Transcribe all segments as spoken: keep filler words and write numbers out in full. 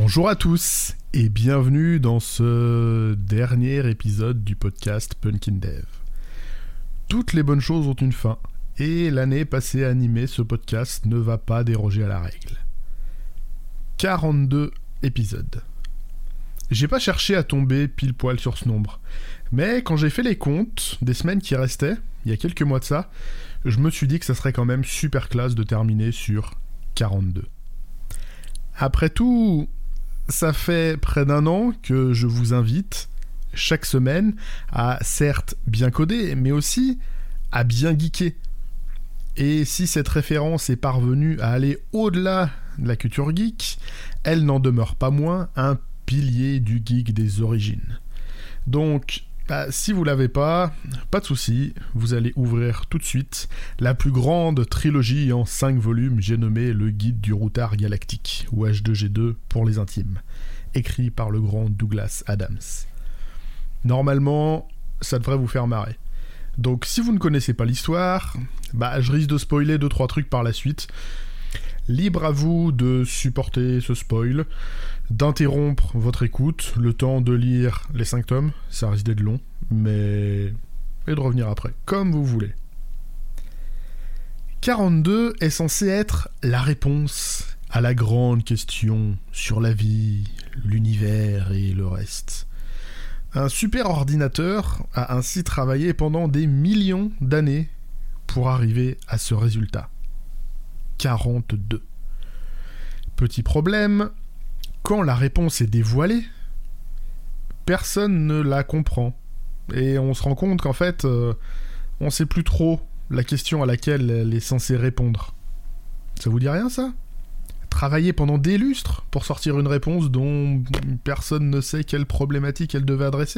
Bonjour à tous et bienvenue dans ce dernier épisode du podcast Punkin Dev. Toutes les bonnes choses ont une fin et l'année passée à animer ce podcast ne va pas déroger à la règle. quarante-deux épisodes. J'ai pas cherché à tomber pile poil sur ce nombre, mais quand j'ai fait les comptes des semaines qui restaient, il y a quelques mois de ça, je me suis dit que ça serait quand même super classe de terminer sur quarante-deux. Après tout, ça fait près d'un an que je vous invite chaque semaine à certes bien coder, mais aussi à bien geeker. Et si cette référence est parvenue à aller au-delà de la culture geek, elle n'en demeure pas moins un pilier du geek des origines. Donc, bah, si vous l'avez pas, pas de souci, vous allez ouvrir tout de suite la plus grande trilogie en cinq volumes, j'ai nommé le Guide du routard galactique, ou H deux G deux pour les intimes, écrit par le grand Douglas Adams. Normalement, ça devrait vous faire marrer. Donc si vous ne connaissez pas l'histoire, bah je risque de spoiler deux trois trucs par la suite. Libre à vous de supporter ce spoil, d'interrompre votre écoute, le temps de lire les cinq tomes, ça risque d'être long, mais... et de revenir après, comme vous voulez. quarante-deux est censé être la réponse à la grande question sur la vie, l'univers et le reste. Un super ordinateur a ainsi travaillé pendant des millions d'années pour arriver à ce résultat. quarante-deux. Petit problème, quand la réponse est dévoilée, personne ne la comprend. Et on se rend compte qu'en fait, euh, on sait plus trop la question à laquelle elle est censée répondre. Ça vous dit rien, ça ? Travailler pendant des lustres pour sortir une réponse dont personne ne sait quelle problématique elle devait adresser ?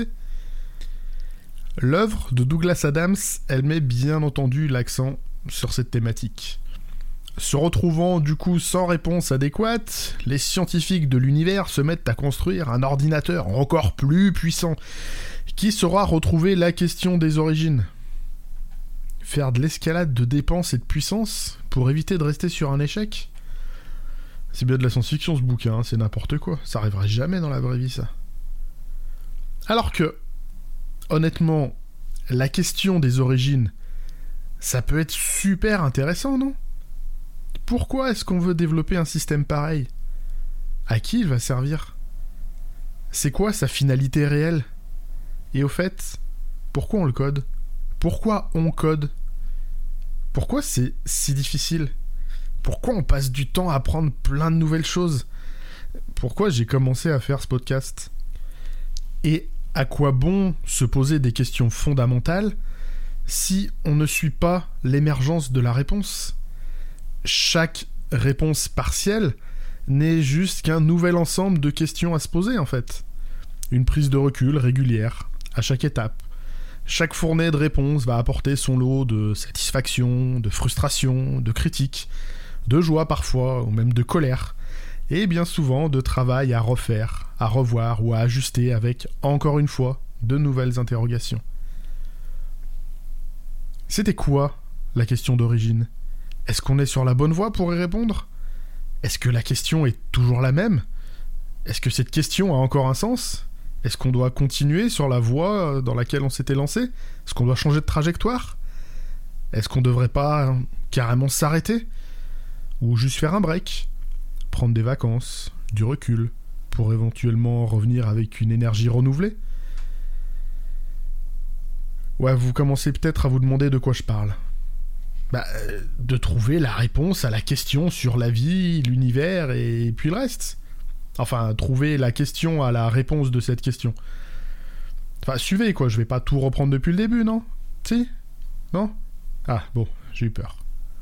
L'œuvre de Douglas Adams, elle met bien entendu l'accent sur cette thématique. Se retrouvant du coup sans réponse adéquate, les scientifiques de l'univers se mettent à construire un ordinateur encore plus puissant, qui saura retrouver la question des origines. Faire de l'escalade de dépenses et de puissance pour éviter de rester sur un échec ? C'est bien de la science-fiction ce bouquin, hein, c'est n'importe quoi, ça arriverait jamais dans la vraie vie ça. Alors que, honnêtement, la question des origines, ça peut être super intéressant, non ? Pourquoi est-ce qu'on veut développer un système pareil ? À qui il va servir ? C'est quoi sa finalité réelle ? Et au fait, pourquoi on le code ? Pourquoi on code ? Pourquoi c'est si difficile ? Pourquoi on passe du temps à apprendre plein de nouvelles choses ? Pourquoi j'ai commencé à faire ce podcast ? Et à quoi bon se poser des questions fondamentales si on ne suit pas l'émergence de la réponse ? Chaque réponse partielle n'est juste qu'un nouvel ensemble de questions à se poser, en fait. Une prise de recul régulière, à chaque étape. Chaque fournée de réponses va apporter son lot de satisfaction, de frustration, de critique, de joie parfois, ou même de colère, et bien souvent de travail à refaire, à revoir ou à ajuster avec, encore une fois, de nouvelles interrogations. C'était quoi la question d'origine ? Est-ce qu'on est sur la bonne voie pour y répondre ? Est-ce que la question est toujours la même ? Est-ce que cette question a encore un sens ? Est-ce qu'on doit continuer sur la voie dans laquelle on s'était lancé ? Est-ce qu'on doit changer de trajectoire ? Est-ce qu'on devrait pas carrément s'arrêter ? Ou juste faire un break ? Prendre des vacances, du recul, pour éventuellement revenir avec une énergie renouvelée ? Ouais, vous commencez peut-être à vous demander de quoi je parle. Bah, euh, de trouver la réponse à la question sur la vie, l'univers et puis le reste. Enfin, trouver la question à la réponse de cette question. Enfin, suivez quoi, je vais pas tout reprendre depuis le début, non ? Si ? Non ? Ah, bon, j'ai eu peur.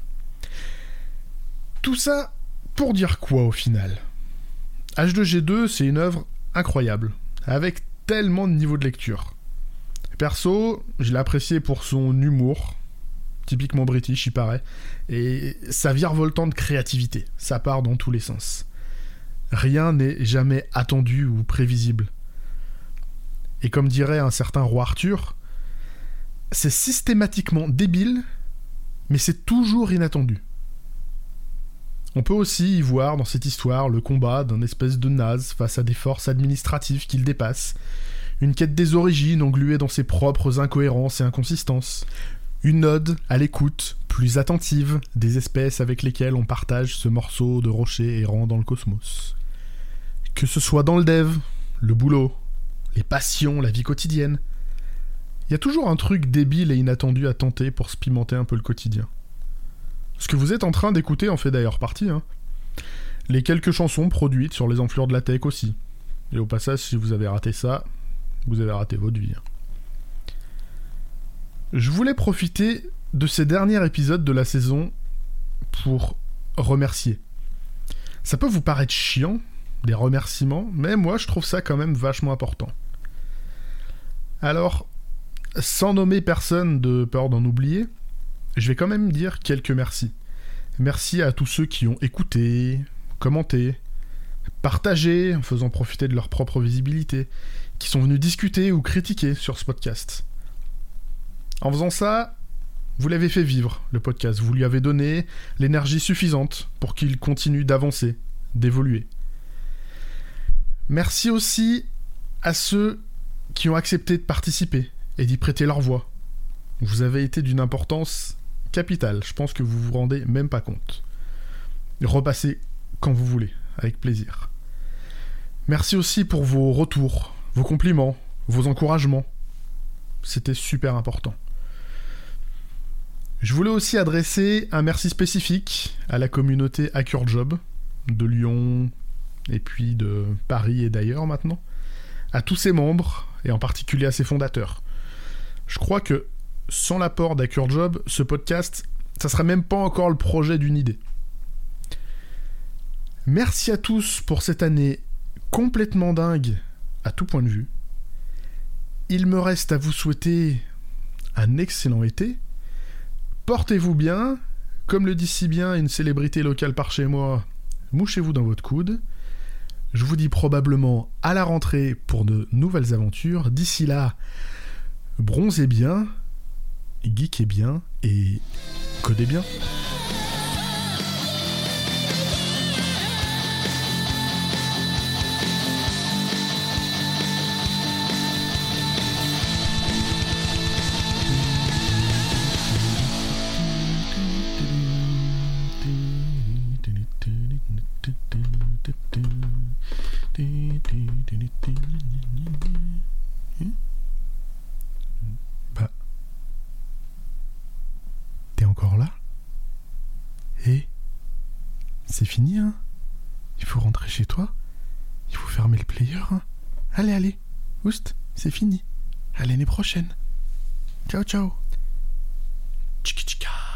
Tout ça pour dire quoi au final ? H deux G deux, c'est une œuvre incroyable, avec tellement de niveaux de lecture. Perso, je l'ai apprécié pour son humour, typiquement british, il paraît, et sa virevoltante créativité, ça part dans tous les sens. Rien n'est jamais attendu ou prévisible. Et comme dirait un certain roi Arthur, c'est systématiquement débile, mais c'est toujours inattendu. On peut aussi y voir dans cette histoire le combat d'un espèce de naze face à des forces administratives qu'il dépasse, une quête des origines engluée dans ses propres incohérences et inconsistances, une ode à l'écoute plus attentive des espèces avec lesquelles on partage ce morceau de rocher errant dans le cosmos. Que ce soit dans le dev, le boulot, les passions, la vie quotidienne, il y a toujours un truc débile et inattendu à tenter pour se pimenter un peu le quotidien. Ce que vous êtes en train d'écouter en fait d'ailleurs partie, hein. Les quelques chansons produites sur les enflures de la tech aussi. Et au passage, si vous avez raté ça, vous avez raté votre vie. Je voulais profiter de ces derniers épisodes de la saison pour remercier. Ça peut vous paraître chiant, des remerciements, mais moi je trouve ça quand même vachement important. Alors, sans nommer personne de peur d'en oublier, je vais quand même dire quelques merci. Merci à tous ceux qui ont écouté, commenté, partagé en faisant profiter de leur propre visibilité, qui sont venus discuter ou critiquer sur ce podcast. En faisant ça, vous l'avez fait vivre, le podcast. Vous lui avez donné l'énergie suffisante pour qu'il continue d'avancer, d'évoluer. Merci aussi à ceux qui ont accepté de participer et d'y prêter leur voix. Vous avez été d'une importance capitale. Je pense que vous vous rendez même pas compte. Repassez quand vous voulez, avec plaisir. Merci aussi pour vos retours, vos compliments, vos encouragements. C'était super important. Je voulais aussi adresser un merci spécifique à la communauté HackerJob de Lyon et puis de Paris et d'ailleurs maintenant, à tous ses membres et en particulier à ses fondateurs. Je crois que sans l'apport d'HackerJob, ce podcast, ça serait même pas encore le projet d'une idée. Merci à tous pour cette année complètement dingue à tout point de vue. Il me reste à vous souhaiter un excellent été. Portez-vous bien, comme le dit si bien une célébrité locale par chez moi, mouchez-vous dans votre coude. Je vous dis probablement à la rentrée pour de nouvelles aventures. D'ici là, bronzez bien, geekez bien et codez bien. Bah, t'es encore là? Et c'est fini, hein? Il faut rentrer chez toi. Il faut fermer le player, hein? Allez, allez, oust, c'est fini. À l'année prochaine. Ciao, ciao. Tchiki tchika.